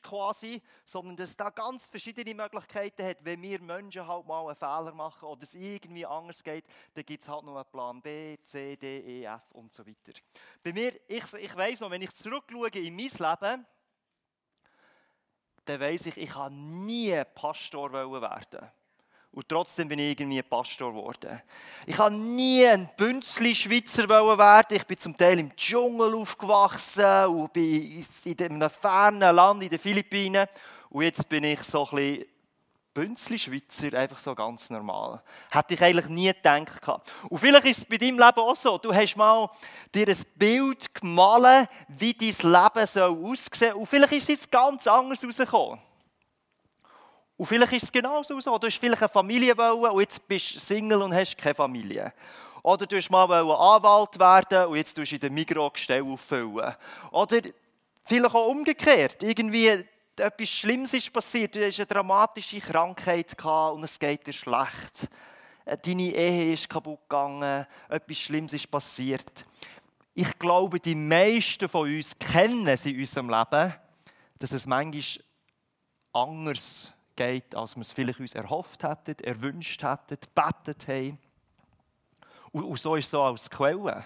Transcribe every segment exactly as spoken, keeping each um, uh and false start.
quasi, sondern dass es da ganz verschiedene Möglichkeiten hat. Wenn wir Menschen halt mal einen Fehler machen oder es irgendwie anders geht, dann gibt es halt noch einen Plan B, C, D, E, F und so weiter. Bei mir, ich, ich weiss noch, wenn ich zurückschaue in mein Leben, dann weiss ich, ich wollte nie Pastor werden. Und trotzdem bin ich irgendwie Pastor geworden. Ich wollte nie ein Bünzli-Schweizer werden. Ich bin zum Teil im Dschungel aufgewachsen und bin in einem fernen Land, in den Philippinen. Und jetzt bin ich so ein bisschen Bünzli-Schweizer, einfach so ganz normal. Hätte ich eigentlich nie gedacht. Und vielleicht ist es bei deinem Leben auch so. Du hast mal dir ein Bild gemalt, wie dein Leben soll aussehen soll. Und vielleicht ist es jetzt ganz anders rausgekommen. Und vielleicht ist es genauso so. Du hast vielleicht eine Familie wollen und jetzt bist du Single und hast keine Familie. Oder du hast mal Anwalt werden und jetzt tust du in der Migros Stelle auffüllen. Oder vielleicht auch umgekehrt. Irgendwie etwas Schlimmes ist passiert. Du hast eine dramatische Krankheit gehabt und es geht dir schlecht. Deine Ehe ist kaputt gegangen. Etwas Schlimmes ist passiert. Ich glaube, die meisten von uns kennen es in unserem Leben, dass es manchmal anders geht, als wir es vielleicht uns erhofft hätten, erwünscht hätten, gebetet haben. Und, und so ist es so als Quelle.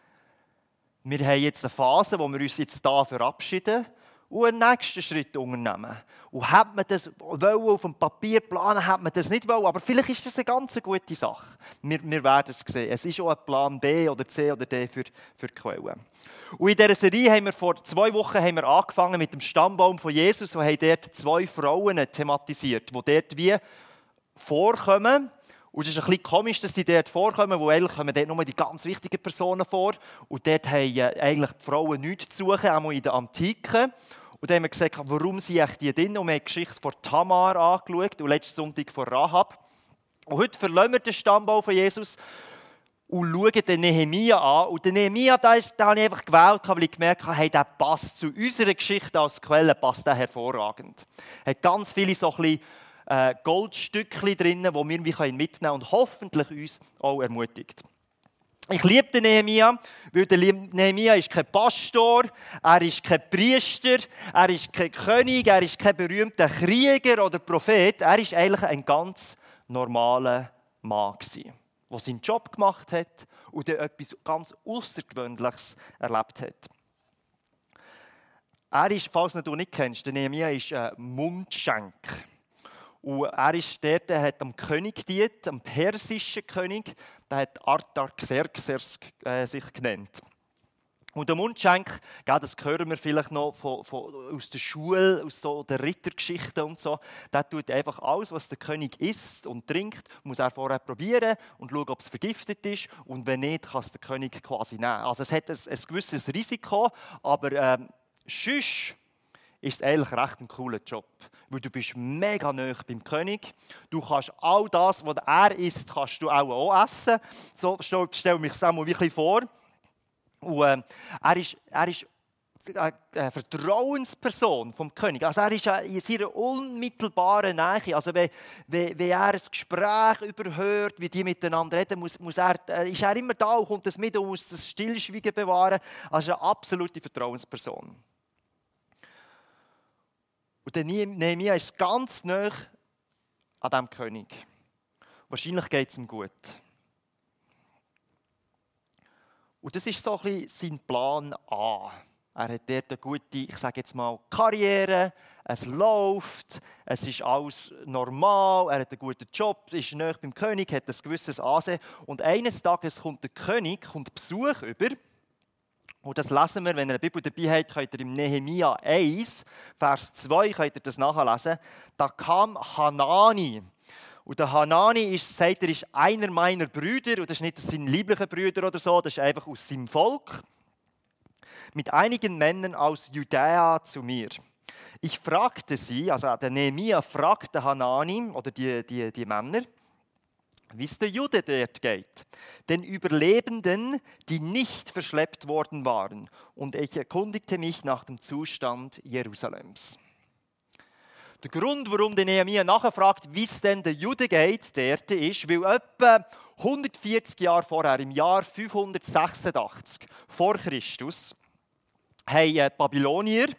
Wir haben jetzt eine Phase, wo wir uns jetzt hier verabschieden und einen nächsten Schritt unternehmen. Und hat man das auf dem Papier planen, hat man das nicht wollen, aber vielleicht ist das eine ganz gute Sache. Wir, wir werden es sehen. Es ist auch ein Plan B oder C oder D für, für die Quelle. Und in dieser Serie haben wir vor zwei Wochen haben wir angefangen mit dem Stammbaum von Jesus und haben dort zwei Frauen thematisiert, die dort wie vorkommen. Und es ist ein bisschen komisch, dass sie dort vorkommen, weil eigentlich kommen dort nur die ganz wichtigen Personen vor. Und dort haben eigentlich die Frauen nichts zu suchen, auch in der Antike. Und dann haben wir gesagt, warum sind die drin? Und wir haben die Geschichte von Tamar angeschaut und letzten Sonntag von Rahab. Und heute verlassen wir den Stammbaum von Jesus und schauen den Nehemia an. Und den Nehemia, den habe ich einfach gewählt, weil ich gemerkt habe, hey, der passt zu unserer Geschichte als Quelle, passt der hervorragend. Er hat ganz viele so ein bisschen äh, Goldstückchen drin, die wir mitnehmen können und hoffentlich uns auch ermutigt. Ich liebe den Nehemia, weil der Nehemia ist kein Pastor, er ist kein Priester, er ist kein König, er ist kein berühmter Krieger oder Prophet. Er ist eigentlich ein ganz normaler Mann gewesen, der seinen Job gemacht hat und der etwas ganz Außergewöhnliches erlebt hat. Er ist, falls du ihn nicht kennst, der Nehemia ist ein Mundschenk. Und er ist dort, er hat am König gedient, am persischen König, der hat Artaxerxes äh, sich genannt. Und der Mundschenk, das hören wir vielleicht noch von, von, aus der Schule, aus so der Rittergeschichte und so, der tut einfach alles, was der König isst und trinkt, muss er vorher probieren und schauen, ob es vergiftet ist. Und wenn nicht, kann es der König quasi nehmen. Also es hat ein, ein gewisses Risiko, aber ähm, sonst ist es eigentlich recht ein cooler Job. Weil du bist mega nahe beim König. Du kannst all das, was er isst, kannst du auch, auch essen. So stelle ich mich das auch mal ein bisschen vor. Und, äh, er ist, er ist eine Vertrauensperson vom König. Also er ist in seiner unmittelbaren Nähe. Also wenn, wenn, wenn er ein Gespräch überhört, wie die miteinander reden, muss, muss er, ist er immer da und kommt das mit und muss das Stillschweigen bewahren. Also eine absolute Vertrauensperson. Und der Nehemia ist ganz nah an diesem König. Wahrscheinlich geht es ihm gut. Und das ist so ein bisschen sein Plan A. Er hat dort eine gute, ich sage jetzt mal, Karriere, es läuft, es ist alles normal, er hat einen guten Job, ist nahe beim König, hat ein gewisses Ansehen. Und eines Tages kommt der König, kommt Besuch über. Und das lesen wir, wenn ihr eine Bibel dabei habt, könnt ihr im Nehemia eins, Vers zwei, könnt ihr das nachlesen. Da kam Hanani. Und der Hanani ist, sagt er, ist einer meiner Brüder, und das ist nicht sein lieblicher Brüder oder so, das ist einfach aus seinem Volk, mit einigen Männern aus Judäa zu mir. Ich fragte sie, also der Nehemia fragte Hanani, oder die, die, die Männer, wie es der Jude dort geht, den Überlebenden, die nicht verschleppt worden waren. Und ich erkundigte mich nach dem Zustand Jerusalems. Der Grund, warum der Nehemia nachfragt, wie es denn der Jude geht, dort ist, weil etwa hundertvierzig Jahre vorher, im Jahr fünfhundertsechsundachtzig vor Christus, haben Babylonier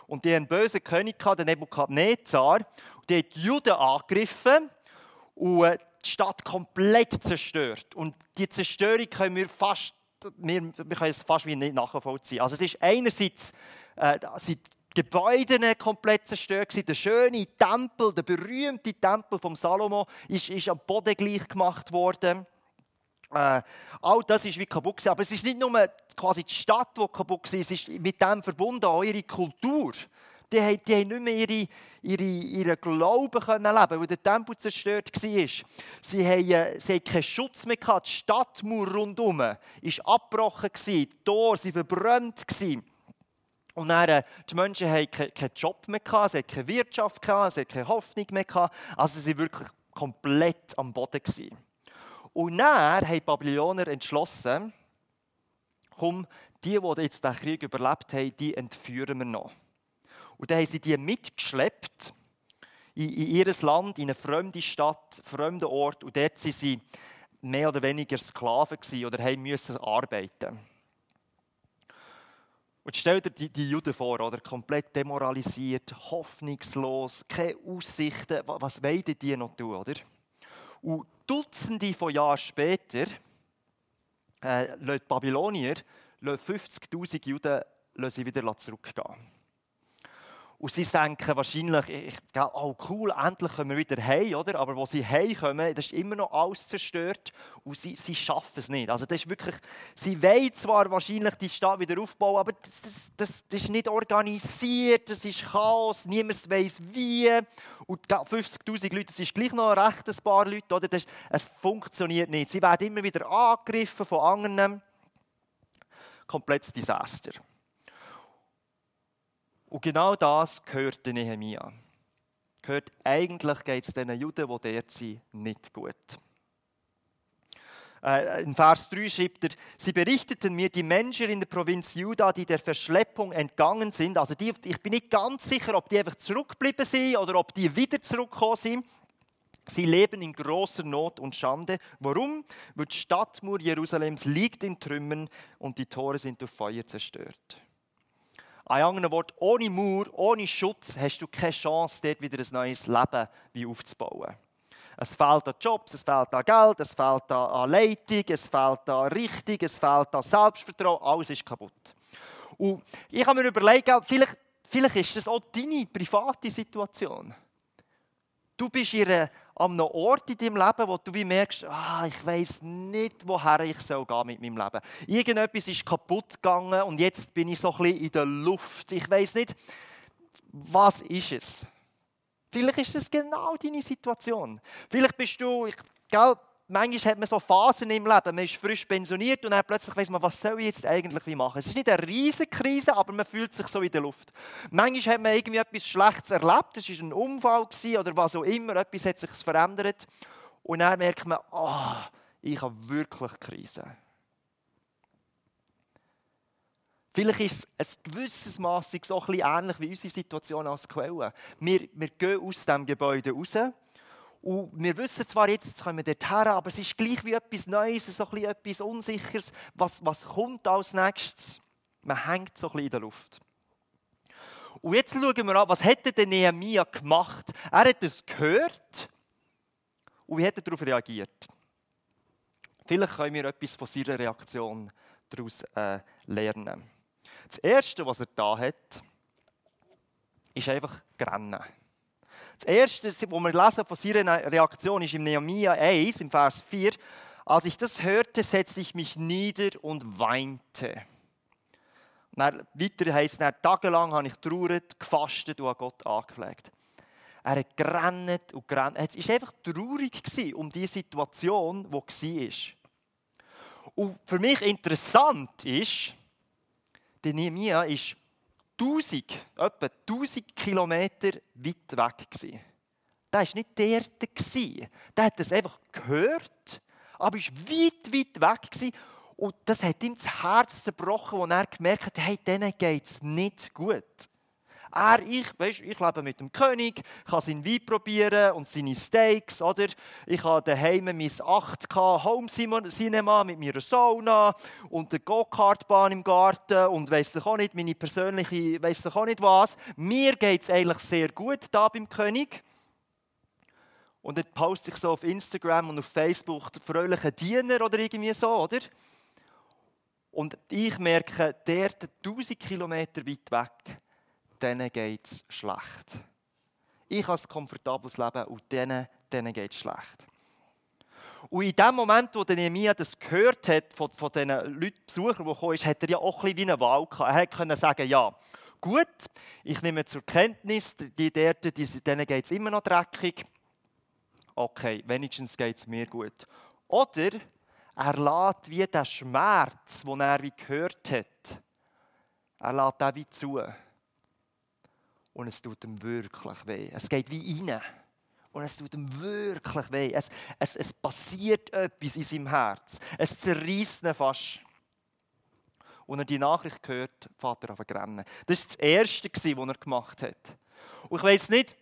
Und die hatten einen bösen König, den Nebukadnezar. Und die haben die Juden angegriffen und die Stadt komplett zerstört. Und die Zerstörung können wir fast, wir, wir können es fast wie nicht nachvollziehen. Also es ist einerseits äh, sind die Gebäude komplett zerstört gewesen. Der schöne Tempel, der berühmte Tempel von Salomo ist, ist am Boden gleich gemacht worden. Äh, all das ist wie kaputt gewesen. Aber es ist nicht nur quasi die Stadt, die kaputt war, es ist mit dem verbunden auch ihre Kultur. Die haben, die haben nicht mehr ihre, ihre, ihren Glauben können leben, weil der Tempel zerstört war. Sie haben, sie haben keinen Schutz mehr gehabt. Die Stadtmauer rundherum war abgebrochen, die Tore waren verbrannt. Und dann, die Menschen hatten keinen Job mehr, sie hatten keine Wirtschaft, sie hatten keine Hoffnung mehr. Also sie waren wirklich komplett am Boden. Und dann haben die Babylonier entschlossen, komm, die, die jetzt den Krieg überlebt haben, die entführen wir noch. Und dann haben sie die mitgeschleppt in, in ihr Land, in eine fremde Stadt, einen fremden Ort. Und dort waren sie mehr oder weniger Sklaven oder haben müssen arbeiten. Und stell dir die, die Juden vor, oder? Komplett demoralisiert, hoffnungslos, keine Aussichten. Was wollen die noch tun, oder? Und Dutzende von Jahren später äh, lassen die Babylonier fünfzigtausend Juden sie wieder zurückgehen. Und sie denken wahrscheinlich, ich, oh cool, endlich kommen wir wieder heim, oder? Aber wo sie heimkommen, das ist immer noch alles zerstört und sie, sie schaffen es nicht. Also das ist wirklich, sie wollen zwar wahrscheinlich die Stadt wieder aufbauen, aber das, das, das, das ist nicht organisiert, das ist Chaos, niemand weiß wie. Und fünfzigtausend Leute, das ist gleich noch ein rechtes paar Leute, oder? Das, es funktioniert nicht. Sie werden immer wieder angegriffen von anderen. Komplettes Desaster. Und genau das gehört Nehemia. Gehört, eigentlich geht es den Juden, die dort sind, nicht gut. Äh, in Vers drei schreibt er, sie berichteten mir die Menschen in der Provinz Juda, die der Verschleppung entgangen sind. Also die, ich bin nicht ganz sicher, ob die einfach zurückgeblieben sind oder ob die wieder zurückgekommen sind. Sie leben in großer Not und Schande. Warum? Weil die Stadtmauer Jerusalems liegt in Trümmern und die Tore sind durch Feuer zerstört. Ein anderes Wort, ohne Mauer, ohne Schutz hast du keine Chance, dort wieder ein neues Leben wie aufzubauen. Es fehlt an Jobs, es fehlt an Geld, es fehlt an Leitung, es fehlt an Richtung, es fehlt an Selbstvertrauen, alles ist kaputt. Und ich habe mir überlegt, vielleicht, vielleicht ist das auch deine private Situation. Du bist in einer, an einem Ort in deinem Leben, wo du wie merkst, ah, ich weiss nicht, woher ich soll gehen mit meinem Leben. Irgendetwas ist kaputt gegangen und jetzt bin ich so ein bisschen in der Luft. Ich weiss nicht, was ist es? Vielleicht ist es genau deine Situation. Vielleicht bist du, ich, gell, manchmal hat man so Phasen im Leben, man ist frisch pensioniert und dann plötzlich weiss man, was soll ich jetzt eigentlich wie machen. Es ist nicht eine riesige Krise, aber man fühlt sich so in der Luft. Manchmal hat man irgendwie etwas Schlechtes erlebt, es war ein Unfall oder was auch immer, etwas hat sich verändert und dann merkt man, oh, ich habe wirklich Krise. Vielleicht ist es ein gewisses Maß so ein bisschen ähnlich wie unsere Situation als Quelle. Wir, wir gehen aus diesem Gebäude raus. Und wir wissen zwar jetzt, jetzt kommen wir dorthin, aber es ist gleich wie etwas Neues, so ein bisschen etwas Unsicheres. Was, was kommt als nächstes? Man hängt so ein bisschen in der Luft. Und jetzt schauen wir an, was hätte denn Nehemia gemacht? Er hat es gehört und wie hat er darauf reagiert? Vielleicht können wir etwas von seiner Reaktion daraus äh, lernen. Das Erste, was er da hat, ist einfach Rennen. Das Erste, was wir lesen von seiner Reaktion, ist im Nehemia eins, im Vers vier. Als ich das hörte, setzte ich mich nieder und weinte. Und dann, weiter heisst es, tagelang habe ich getrauert, gefastet und an Gott angefleht. Er hat gerannt und gerannt. Es war einfach traurig um die Situation, die war. Und für mich interessant ist, der Nehemia ist tausend, etwa tausend Kilometer weit weg gewesen. Der war nicht dort. Der hat es einfach gehört, aber er war weit, weit weg gewesen. Und das hat ihm das Herz zerbrochen, als er gemerkt hat, hey, denen geht es nicht gut. Er, ich, weißt, ich lebe mit dem König, kann seinen Wein probieren und seine Steaks, oder? Ich habe daheim mein acht K Home Cinema mit meiner Sauna und der Go-Kart-Bahn im Garten und weiss doch auch nicht, meine persönliche, weiss doch auch nicht was. Mir geht es eigentlich sehr gut da beim König. Und dann poste ich so auf Instagram und auf Facebook den fröhlichen Diener oder irgendwie so, oder? Und ich merke, der tausend Kilometer weit weg, denen geht es schlecht. Ich habe ein komfortables Leben und denen, denen geht es schlecht. Und in dem Moment, wo Nehemia das gehört hat von, von den Leuten, Besuchern, die gekommen sind, hat er ja auch ein bisschen wie eine Wahl gehabt. Er konnte sagen, ja, gut, ich nehme zur Kenntnis, die dort, die, denen geht es immer noch dreckig. Okay, wenigstens geht es mir gut. Oder er lässt wie den Schmerz, den er wie gehört hat, er lässt den wie zu. Und es tut ihm wirklich weh. Es geht wie rein. Und es tut ihm wirklich weh. Es, es, es passiert etwas in seinem Herz. Es zerreißt ihn fast. Und er die Nachricht hört, fährt er an zu rennen. Das war das Erste, was er gemacht hat. Und ich weiss nicht,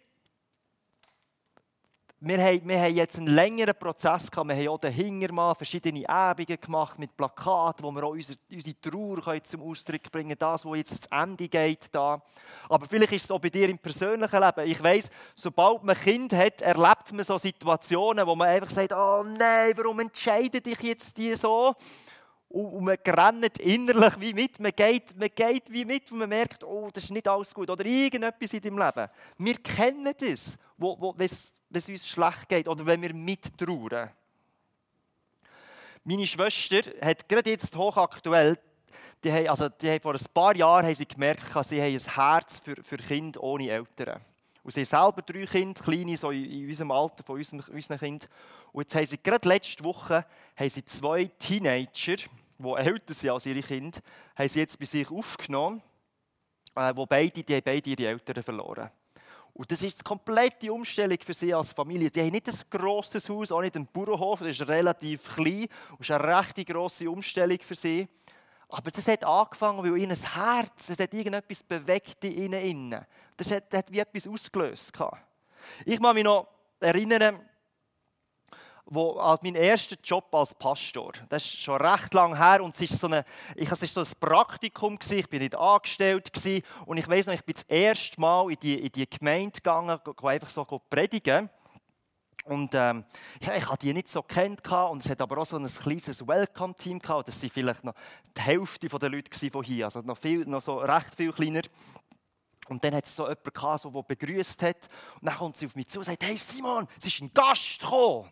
Wir haben, wir haben jetzt einen längeren Prozess gehabt. Wir haben auch dahinter mal verschiedene Übungen gemacht mit Plakaten, wo wir auch unsere, unsere Trauer zum Ausdruck bringen können. Das, was jetzt zu Ende geht. Da. Aber vielleicht ist es auch bei dir im persönlichen Leben. Ich weiss, sobald man ein Kind hat, erlebt man so Situationen, wo man einfach sagt, oh nein, warum entscheide ich jetzt die so? Und man rennt innerlich wie mit, man geht, man geht wie mit und man merkt, oh, das ist nicht alles gut. Oder irgendetwas in deinem Leben. Wir kennen das, wo, wo, wenn es uns schlecht geht oder wenn wir mittrauern. Meine Schwester hat gerade jetzt hochaktuell, die haben, also die haben vor ein paar Jahren haben sie gemerkt, sie haben ein Herz für, für Kinder ohne Eltern. Und sie haben selber drei Kinder, kleine, so in unserem Alter von unseren, unseren Kindern. Und jetzt haben sie gerade letzte Woche haben sie zwei Teenager, die älter sind als ihre Kinder, haben sie jetzt bei sich aufgenommen, äh, wo beide, die haben beide ihre Eltern verloren. Und das ist eine komplette Umstellung für sie als Familie. Die haben nicht ein grosses Haus, auch nicht einen Bauernhof, das ist relativ klein und ist eine recht grosse Umstellung für sie. Aber das hat angefangen, weil ihnen das Herz, es hat irgendetwas bewegt in ihnen. Das hat, das hat wie etwas ausgelöst. Ich kann mich noch erinnern, wo, an meinen ersten Job als Pastor. Das ist schon recht lange her und es ist so, eine, ich, es ist so ein Praktikum gewesen. Ich war nicht angestellt gewesen. Und ich weiss noch, ich bin das erste Mal in die, in die Gemeinde gegangen, einfach so predigen. Und ähm, ja, ich hatte die nicht so kennt und es hat aber auch so ein kleines Welcome-Team gehabt. Das waren vielleicht noch die Hälfte der Leute von hier, also noch, viel, noch so recht viel kleiner. Und dann hat es so jemanden gehabt, der begrüßt hat. Und dann kommt sie auf mich zu und sagt, hey Simon, es ist ein Gast gekommen.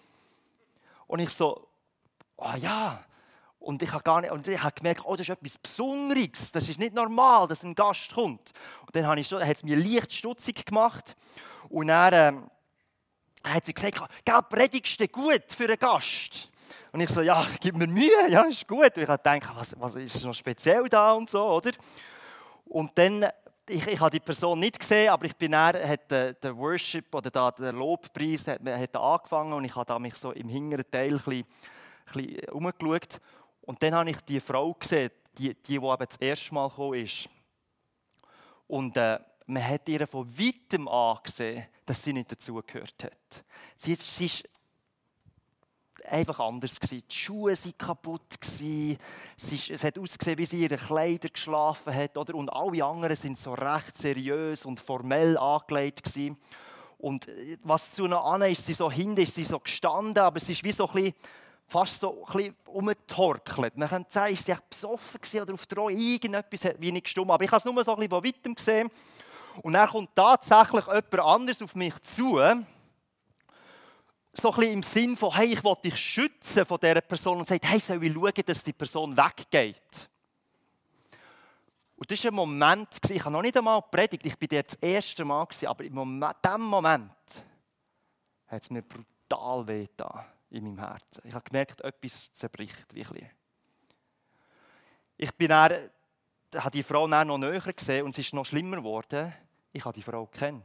Und ich so, ah oh ja. Und ich habe gar nicht, und ich habe gemerkt, oh, das ist etwas Besonderes. Das ist nicht normal, dass ein Gast kommt. Und dann habe ich, hat es mir leicht stutzig gemacht. Und dann ähm, hat sie gesagt, gell, predigst du gut für einen Gast? Und ich so, ja, gib mir Mühe, ja, ist gut. Und ich habe gedacht, was, was ist noch speziell da und so, oder? Und dann, ich, ich habe die Person nicht gesehen, aber ich bin dann, hat der, der Worship oder da, der Lobpreis hat, hat angefangen und ich habe da mich so im hinteren Teil ein bisschen, ein bisschen umgeschaut. Und dann habe ich die Frau gesehen, die, die, die eben das erste Mal gekommen ist. Und äh, man hat ihr von weitem angesehen, dass sie nicht dazugehört hat. Sie, sie ist einfach anders gewesen. Die Schuhe waren kaputt gewesen. Sie, es hat ausgesehen, wie sie ihre Kleider geschlafen hat, oder? Und alle anderen sind so recht seriös und formell angelegt gewesen. Und was zu einer Anne ist, sie so hinten ist sie so gestanden, aber sie ist wie so ein bisschen, fast so ein bisschen umgetorkelt. Man könnte sagen, ist sie echt besoffen gewesen oder auf der Rolle. Irgendetwas hat wie nicht gestimmt. Aber ich habe es nur so ein bisschen von weitem gesehen. Und dann kommt tatsächlich jemand anderes auf mich zu. So ein bisschen im Sinn von, hey, ich will dich schützen von dieser Person und sagt, hey, soll ich schauen, dass die Person weggeht? Und das war ein Moment, ich habe noch nicht einmal gepredigt, ich war dort das erste Mal, aber in diesem Moment hat es mir brutal wehgetan in meinem Herzen. Ich habe gemerkt, etwas zerbricht wirklich. Ich bin dann, habe die Frau dann noch näher gesehen und es ist noch schlimmer geworden. Ich habe die Frau gekannt.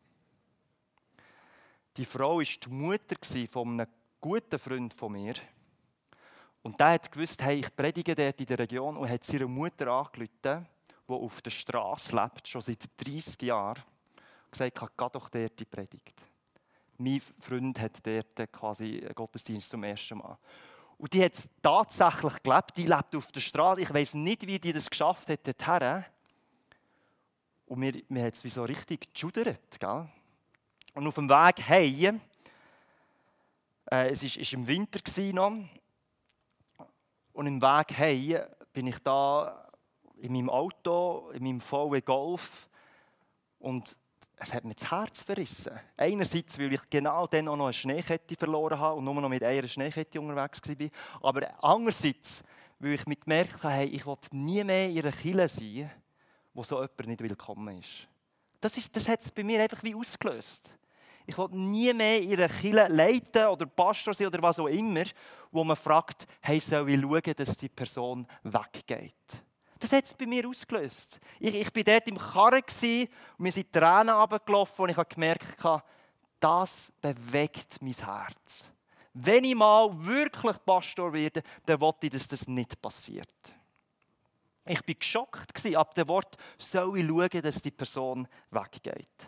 Die Frau war die Mutter von einem guten Freund von mir. Und der hat gewusst, hey, ich predige dort in der Region und hat ihre Mutter angerufen, die der auf der Straße lebt, schon seit dreissig Jahren, und gesagt hat, geh doch dort in die Predigt. Mein Freund hat dort quasi einen Gottesdienst zum ersten Mal. Und die hat es tatsächlich gelebt, die lebt auf der Straße. Ich weiss nicht, wie die das geschafft hat dorthin. Und mir, mir hat es wie so richtig geschudert, gell? Und auf dem Weg heim, äh, es war im Winter noch, und im Weg heim bin ich da in meinem Auto, in meinem V W Golf, und es hat mir das Herz verrissen. Einerseits, weil ich genau dann auch noch eine Schneekette verloren habe und nur noch mit einer Schneekette unterwegs war. Aber andererseits, weil ich mir gemerkt habe, hey, ich will nie mehr in einer Kirche sein, wo so jemand nicht willkommen ist. Das, ist, das hat es bei mir einfach wie ausgelöst. Ich will nie mehr in einer Kirche leiten oder Pastor sein oder was auch immer, wo man fragt, hey, soll ich schauen, dass die Person weggeht. Das hat es bei mir ausgelöst. Ich, ich war dort im Karren und mir sind Tränen runtergelaufen und ich habe gemerkt, das bewegt mein Herz. Wenn ich mal wirklich Pastor werde, dann wollte ich, dass das nicht passiert. Ich war geschockt ab dem Wort, soll ich schauen, dass die Person weggeht.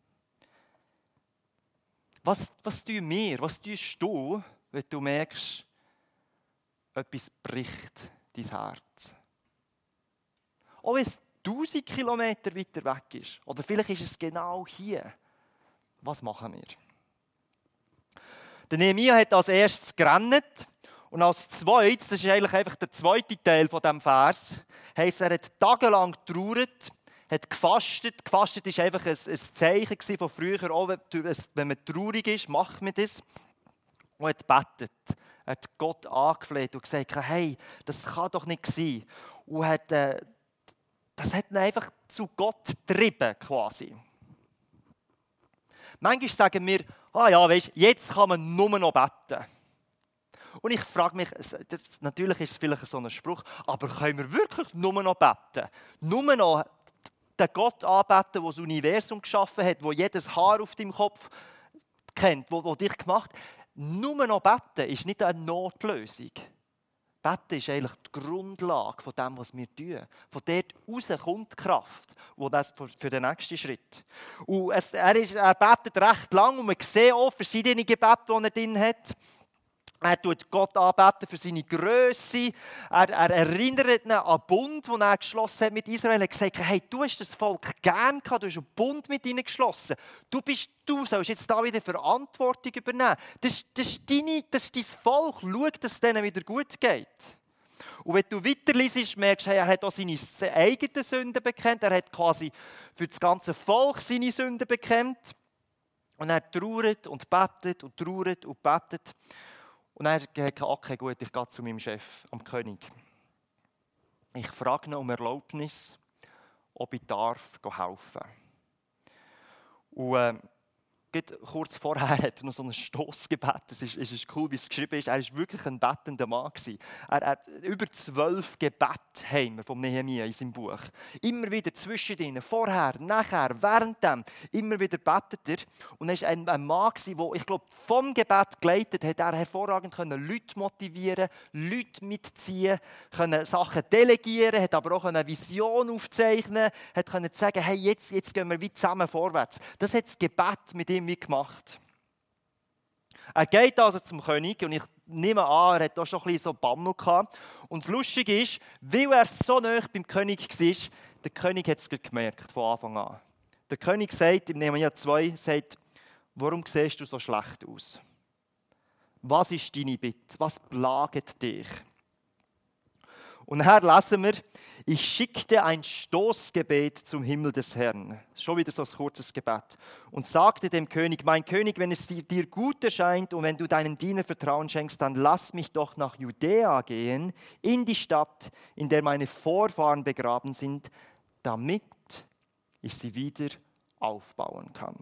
Was, was tust wir, was tust du, wenn du merkst, etwas bricht dein Herz? Auch wenn es tausend Kilometer weiter weg ist. Oder vielleicht ist es genau hier. Was machen wir? Der Nehemia hat als erstes gerannt. Und als zweites, das ist eigentlich einfach der zweite Teil von diesem Vers, heisst, er hat tagelang getrauert, hat gefastet. Gefastet war einfach ein, ein Zeichen von früher, auch wenn man traurig ist, macht man das. Und hat gebetet. Er hat Gott angefleht und gesagt, hey, das kann doch nicht sein. Und hat... Äh, Das hat ihn einfach zu Gott getrieben, quasi. Manchmal sagen wir, ah ja, weißt, jetzt kann man nur noch beten. Und ich frage mich, natürlich ist es vielleicht so ein Spruch, aber können wir wirklich nur noch beten? Nur noch den Gott anbeten, der das Universum geschaffen hat, der jedes Haar auf deinem Kopf kennt, der dich gemacht hat. Nur noch beten ist nicht eine Notlösung. Beten ist eigentlich die Grundlage von dem, was wir tun. Von dort raus kommt die Kraft, wo das für den nächsten Schritt. Und es, er, ist, er betet recht lang und man sieht auch verschiedene Gebete, die er drin hat. Er tut Gott anbeten für seine Grösse. Er, er erinnert ihn an den Bund, den er geschlossen hat mit Israel. Er hat gesagt, hey, du hast das Volk gern gehabt, du hast einen Bund mit ihnen geschlossen. Du, bist, du sollst jetzt da wieder Verantwortung übernehmen. Das, das, ist deine, das ist dein Volk. Schau, dass es denen wieder gut geht. Und wenn du weiterliest, merkst du, hey, er hat auch seine eigenen Sünden bekennt. Er hat quasi für das ganze Volk seine Sünden bekennt. Und er trauert und betet und trauert und betet. Und er hat gesagt, okay, gut, ich gehe zu meinem Chef, am König. Ich frage ihn um Erlaubnis, ob ich darf helfen darf. Und äh, kurz vorher hat er noch so ein Stossgebet. Es ist, es ist cool, wie es geschrieben ist. Er war wirklich ein betender Mann. Er, er, über zwölf Gebete haben wir vom Nehemia in seinem Buch. Immer wieder zwischen ihnen, vorher, nachher, währenddem. Immer wieder betet er. Und er war ein, ein Mann, der, ich glaube, vom Gebet geleitet hat. Er hervorragend können Leute motivieren, Leute mitziehen, können Sachen delegieren, hat aber auch eine Vision aufzeichnen, hat können sagen, hey, jetzt, jetzt gehen wir wie zusammen vorwärts. Das hat das Gebet mit ihm wie gemacht. Er geht also zum König und ich nehme an, er hat da schon ein bisschen so Bammel gehabt. Und das Lustige ist, weil er so nah beim König war, der König hat es gemerkt von Anfang an. Der König sagt, im Nehemia zwei, sagt, warum siehst du so schlecht aus? Was ist deine Bitte? Was plagt dich? Und nachher lesen wir, ich schickte ein Stoßgebet zum Himmel des Herrn. Schon wieder so ein kurzes Gebet. Und sagte dem König, mein König, wenn es dir gut erscheint und wenn du deinem Diener Vertrauen schenkst, dann lass mich doch nach Judäa gehen, in die Stadt, in der meine Vorfahren begraben sind, damit ich sie wieder aufbauen kann.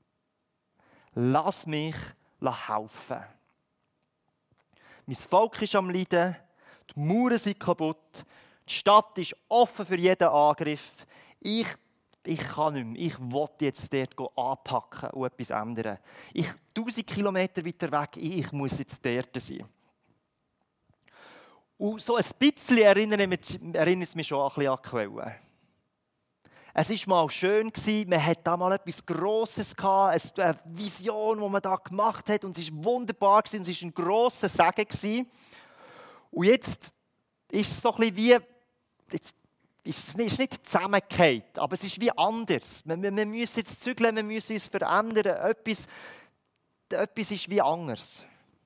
Lass mich helfen. Mein Volk ist am Leiden, die Mauern sind kaputt, die Stadt ist offen für jeden Angriff. Ich, ich kann nicht mehr. Ich will jetzt dort anpacken und etwas ändern. Ich, tausend Kilometer weiter weg, ich muss jetzt dort sein. Und so ein bisschen erinnert es mich schon ein bisschen an die Quelle. Es war mal schön, man hatte da mal etwas Grosses, eine Vision, die man da gemacht hat. Und es war wunderbar und es war ein grosser Segen. Und jetzt ist es so ein bisschen wie, jetzt ist es ist nicht zusammengefallen, aber es ist wie anders. Wir, wir, wir müssen jetzt zügeln, wir müssen uns verändern. Etwas, etwas ist wie anders.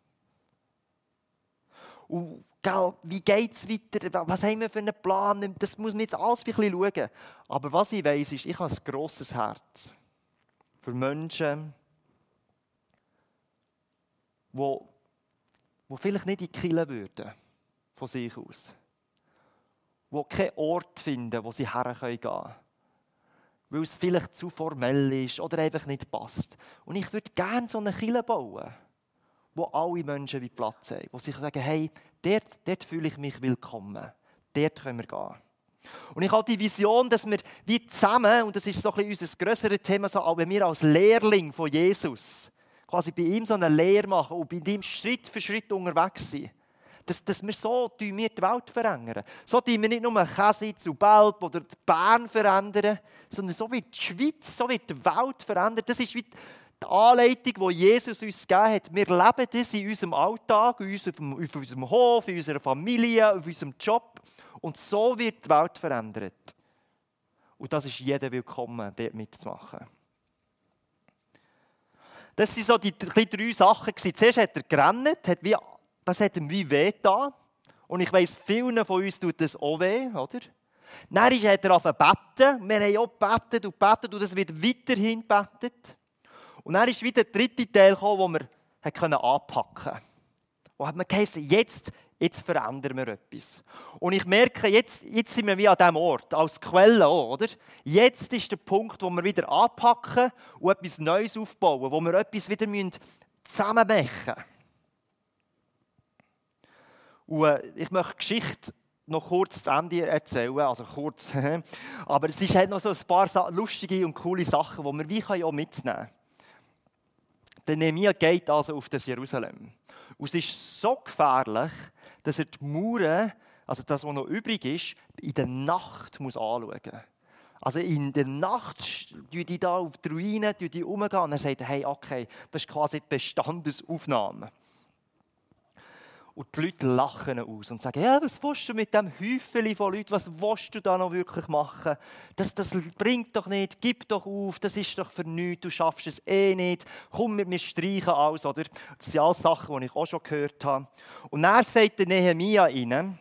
Und gell, wie geht es weiter? Was haben wir für einen Plan? Das muss man jetzt alles ein bisschen schauen. Aber was ich weiss, ist, ich habe ein grosses Herz für Menschen, die, die vielleicht nicht in die Kirche würden, von sich aus. Die keinen Ort finden, wo sie hergehen können. Weil es vielleicht zu formell ist oder einfach nicht passt. Und ich würde gerne so eine Kirche bauen, wo alle Menschen wie Platz haben. Wo sie sagen, hey, dort, dort fühle ich mich willkommen. Dort können wir gehen. Und ich habe die Vision, dass wir wie zusammen, und das ist so ein bisschen unser grösseres Thema, so, auch wenn wir als Lehrling von Jesus quasi bei ihm so eine Lehre machen und bei ihm Schritt für Schritt unterwegs sind. Dass, dass wir so wir die Welt verändern. So tun wir nicht nur Käse zu Belp oder Bern verändern, sondern so wird die Schweiz, so wird die Welt verändert. Das ist wie die Anleitung, die Jesus uns gegeben hat. Wir leben das in unserem Alltag, in unserem, auf unserem Hof, in unserer Familie, auf unserem Job. Und so wird die Welt verändert. Und das ist jeder willkommen, dort mitzumachen. Das waren so die, die drei Sachen. Zuerst hat er gerannt, hat wie Das hat ihm wie weh getan. Und ich weiss, vielen von uns tut das auch weh, oder? Dann hat er angefangen zu beten. Wir haben auch gebetet und gebetet und es wird weiterhin gebetet. Und dann ist wieder der dritte Teil gekommen, wo wir anpacken konnten. Wo hat man geheißen, jetzt, jetzt verändern wir etwas. Und ich merke, jetzt, jetzt sind wir wie an diesem Ort, als Quelle auch, oder? Jetzt ist der Punkt, wo wir wieder anpacken und etwas Neues aufbauen, wo wir etwas wieder zusammen machen müssen. Und ich möchte die Geschichte noch kurz zu Ende erzählen, also kurz, aber es ist halt noch so ein paar lustige und coole Sachen, die wir wie auch mitnehmen können. Der Nehemia geht also auf das Jerusalem. Und es ist so gefährlich, dass er die Mauern, also das, was noch übrig ist, in der Nacht muss anschauen muss. Also in der Nacht schauen die da auf die Ruinen, die umgehen und er sagt, hey, okay, das ist quasi die Bestandesaufnahme. Und die Leute lachen aus und sagen, ja, was willst du mit diesem Häufchen von Leuten, was willst du da noch wirklich machen? Das, das bringt doch nicht, gib doch auf, das ist doch für nichts, du schaffst es eh nicht, komm mit mir streichen alles, oder? Das sind alles Sachen, die ich auch schon gehört habe. Und dann sagt der Nehemia ihnen,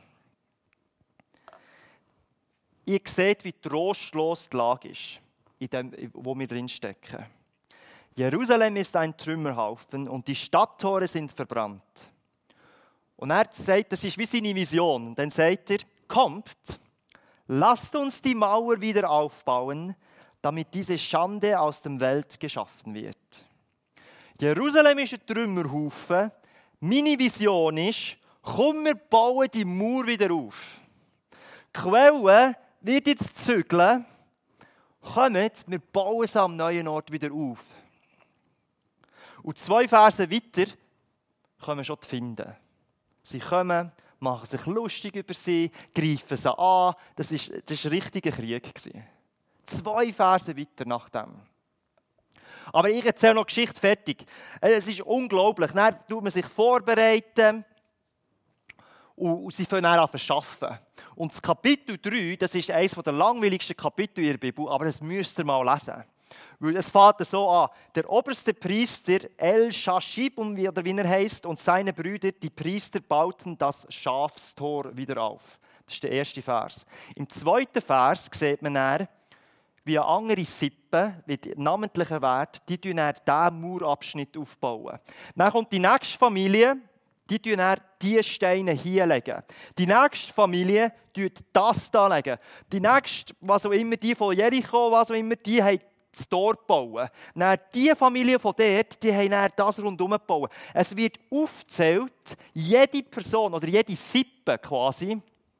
ihr seht, wie trostlos die Lage ist, in dem, wo wir drinstecken. Jerusalem ist ein Trümmerhaufen und die Stadttore sind verbrannt. Und er sagt, das ist wie seine Vision. Und dann sagt er, kommt, lasst uns die Mauer wieder aufbauen, damit diese Schande aus der Welt geschaffen wird. Jerusalem ist ein Trümmerhaufen. Meine Vision ist, komm, wir bauen die Mauer wieder auf. Die Quelle wird jetzt zügeln. Kommt, wir bauen sie am neuen Ort wieder auf. Und zwei Verse weiter können wir schon finden. Sie kommen, machen sich lustig über sie, greifen sie an. Das war ein richtiger Krieg. Zwei Verse weiter nach dem. Aber ich erzähle noch die Geschichte fertig. Es ist unglaublich. Dann tut man sich vorbereiten und sie fangen dann an zu arbeiten. Und das Kapitel drei, das ist eines der langweiligsten Kapitel in der Bibel, aber das müsst ihr mal lesen. Weil es fängt so an, der oberste Priester El-Shashib, oder wie er heißt, und seine Brüder, die Priester, bauten das Schafstor wieder auf. Das ist der erste Vers. Im zweiten Vers sieht man dann, wie eine andere Sippe, mit namentlicher Wert, die bauen dann diesen Mauerabschnitt aufbauen. Dann kommt die nächste Familie, die legen dann diese Steine hier legen. Die nächste Familie legt das da legen. Die nächste, was auch immer, die von Jericho, was auch immer, die haben das Tor bauen. Dann die Familie von dort, die haben dann das rundherum gebaut. Es wird aufgezählt, jede Person oder jede Sippe quasi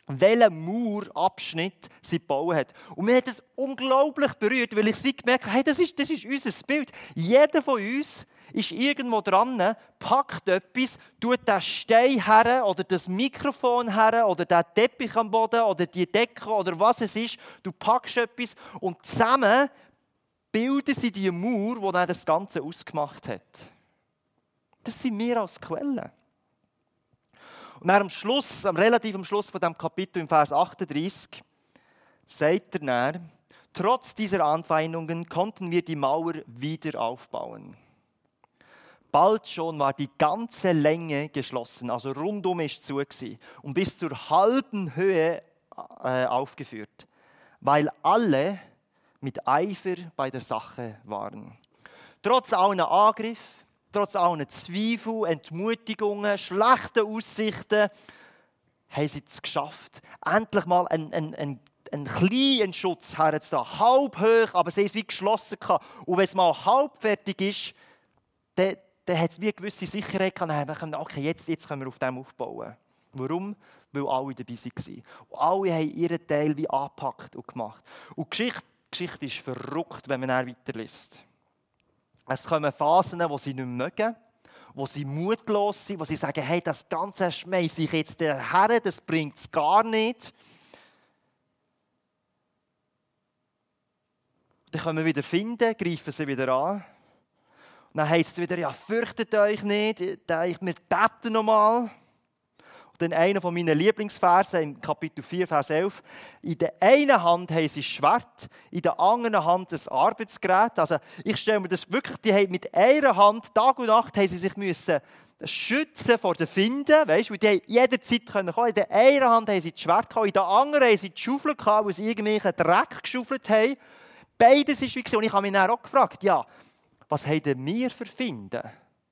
welchen Mauerabschnitt sie gebaut hat. Und mir hat das unglaublich berührt, weil ich gemerkt habe, hey, das ist, das ist unser Bild. Jeder von uns ist irgendwo dran, packt etwas, tut den Stein her oder das Mikrofon her oder den Teppich am Boden oder die Decke oder was es ist. Du packst etwas und zusammen bilden sie die Mauer, die dann das Ganze ausgemacht hat. Das sind wir als Quelle. Und dann am Schluss, am relativ am Schluss von diesem Kapitel, im Vers achtunddreißig, sagt er dann, trotz dieser Anfeindungen konnten wir die Mauer wieder aufbauen. Bald schon war die ganze Länge geschlossen, also rundum war es zu gewesen, und bis zur halben Höhe äh, aufgeführt, weil alle mit Eifer bei der Sache waren. Trotz allen Angriffen, trotz allen Zweifel, Entmutigungen, schlechten Aussichten, haben sie es geschafft, endlich mal einen, einen, einen, einen kleinen Schutz herzustellen. Halb hoch, aber sie haben es wie geschlossen. Und wenn es mal halb fertig ist, dann, dann hat es wie eine gewisse Sicherheit gehabt. Okay, jetzt, jetzt können wir auf dem aufbauen. Warum? Weil alle dabei waren. Und alle haben ihren Teil wie angepackt und gemacht. Und die Geschichte, die Geschichte ist verrückt, wenn man dann weiterliest. Es kommen Phasen, wo sie nicht mögen, wo sie mutlos sind, wo sie sagen, hey, das Ganze schmeiße ich jetzt her, das bringt es gar nicht. Dann können wir wieder finden, greifen sie wieder an. Und dann heisst es wieder, ja, fürchtet euch nicht, wir beten nochmal. Dann einer von meinen Lieblingsversen im Kapitel vier, Vers elf. In der einen Hand haben sie ein Schwert, in der anderen Hand ein Arbeitsgerät. Also ich stelle mir das wirklich, die haben mit einer Hand, Tag und Nacht, haben sie sich müssen schützen vor den Finden. Weißt du, die haben jederzeit kommen können. In der einen Hand haben sie das Schwert gehabt, in der anderen haben sie die Schaufel gehabt, wo sie irgendwelchen Dreck geschaufelt haben. Beides ist wie gewesen. Und ich habe mich dann auch gefragt, ja, was haben wir für Finden?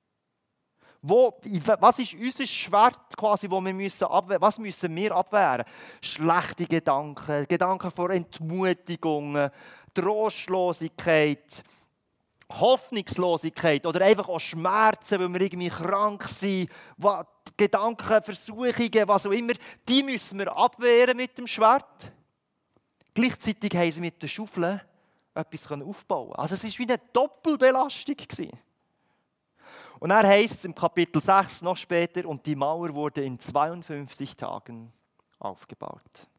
Wo, was ist unser Schwert, quasi, wo wir müssen abwehren? Was müssen wir abwehren? Schlechte Gedanken, Gedanken vor Entmutigungen, Trostlosigkeit, Hoffnungslosigkeit oder einfach auch Schmerzen, weil wir irgendwie krank sind, Gedanken, Versuchungen, was auch immer. Die müssen wir abwehren mit dem Schwert. Gleichzeitig haben sie mit den Schaufeln etwas aufbauen. Also es war wie eine Doppelbelastung. Und dann heisst es im Kapitel sechs noch später, und die Mauer wurde in zweiundfünfzig Tagen aufgebaut.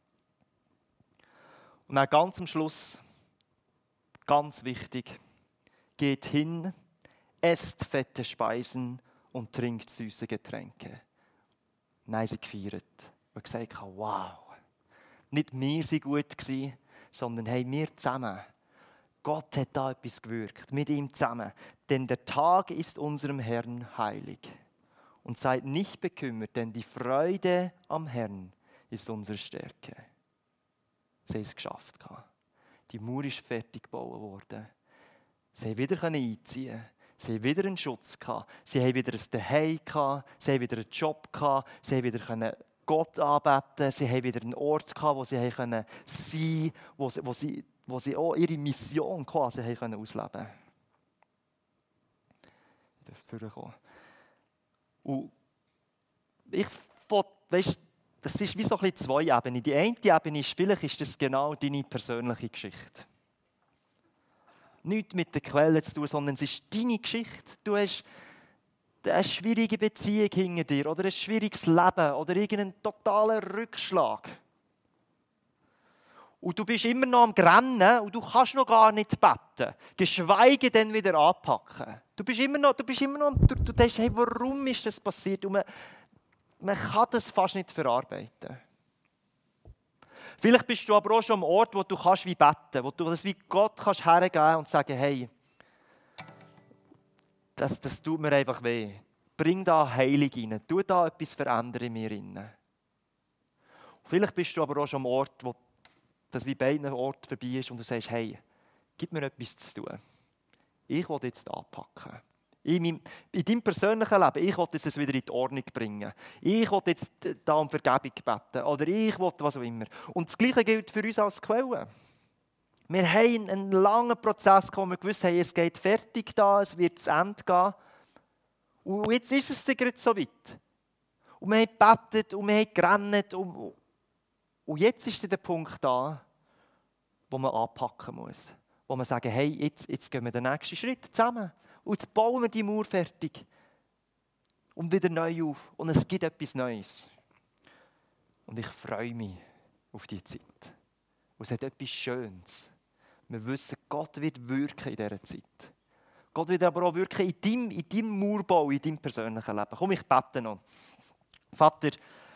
Und dann ganz am Schluss, ganz wichtig, geht hin, esst fette Speisen und trinkt süße Getränke. Nein, sie gefeiert und gesagt, wow, nicht wir waren gut gewesen, sondern hey, wir zusammen. Gott hat da etwas gewirkt, mit ihm zusammen. Denn der Tag ist unserem Herrn heilig. Und seid nicht bekümmert, denn die Freude am Herrn ist unsere Stärke. Sie haben es geschafft. Die Mauer ist fertig gebaut worden. Sie haben wieder einziehen. Sie haben wieder einen Schutz gehabt. Sie haben wieder ein Zuhause gehabt. Sie haben wieder einen Job gehabt. Sie haben wieder Gott anbeten. Sie haben wieder einen Ort gehabt, wo sie sein können, wo sie, wo sie wo sie auch ihre Mission quasi haben ausleben können. Ich darf vorkommen. Und ich weißt, das ist wie so ein bisschen zwei Ebenen. Die eine Ebene ist, vielleicht ist das genau deine persönliche Geschichte. Nichts mit der Quelle zu tun, sondern es ist deine Geschichte. Du hast eine schwierige Beziehung hinter dir oder ein schwieriges Leben oder irgendeinen totalen Rückschlag. Und du bist immer noch am Rennen und du kannst noch gar nicht beten. Geschweige denn wieder anpacken. Du bist immer noch, du bist immer noch, du, du denkst, hey, warum ist das passiert? Und man, man kann das fast nicht verarbeiten. Vielleicht bist du aber auch schon am Ort, wo du kannst wie beten, wo du das wie Gott kannst hergeben und sagen, hey, das, das tut mir einfach weh. Bring da Heilung rein. Tu da etwas verändern in mir rein. Vielleicht bist du aber auch schon am Ort, wo das wie beiden Orten vorbei ist und du sagst, hey, gib mir etwas zu tun. Ich will jetzt anpacken. In, meinem, in deinem persönlichen Leben, ich will es wieder in die Ordnung bringen. Ich will jetzt da um Vergebung beten. Oder ich will was auch immer. Und das Gleiche gilt für uns als Quelle. Wir haben einen langen Prozess, wo wir gewusst haben, es geht fertig da, es wird zu Ende gehen. Und jetzt ist es gerade so weit. Und wir haben gebetet und wir haben gerannt und Und jetzt ist der Punkt da, wo man anpacken muss. Wo man sagen, hey, jetzt, jetzt gehen wir den nächsten Schritt zusammen. Und jetzt bauen wir die Mauer fertig. Und wieder neu auf. Und es gibt etwas Neues. Und ich freue mich auf diese Zeit. Und es hat etwas Schönes. Wir wissen, Gott wird wirken in dieser Zeit. Gott wird aber auch wirken in deinem, in deinem Mauerbau, in deinem persönlichen Leben. Komm, ich bete noch. Vater,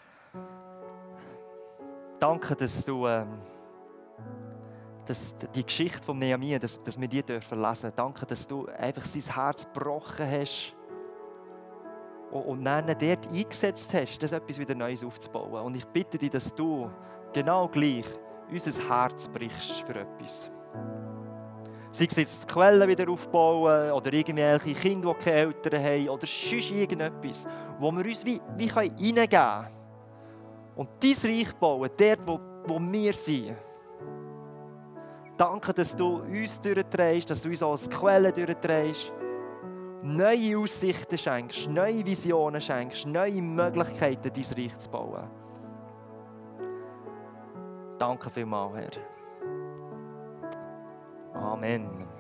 danke, dass du ähm, dass die Geschichte von Nehemia, dass, dass wir die dürfen lesen. Danke, dass du einfach sein Herz gebrochen hast und, und dann dort eingesetzt hast, das etwas wieder Neues aufzubauen. Und ich bitte dich, dass du genau gleich unser Herz brichst für etwas. Sei es jetzt die Quellen wieder aufbauen oder irgendwelche Kinder, die keine Eltern haben oder sonst irgendetwas, wo wir uns wie, wie reingeben können. Und dein Reich bauen, dort, wo, wo wir sind. Danke, dass du uns durchdrehst, dass du uns als Quelle durchdrehst, neue Aussichten schenkst, neue Visionen schenkst, neue Möglichkeiten, dein Reich zu bauen. Danke vielmals, Herr. Amen.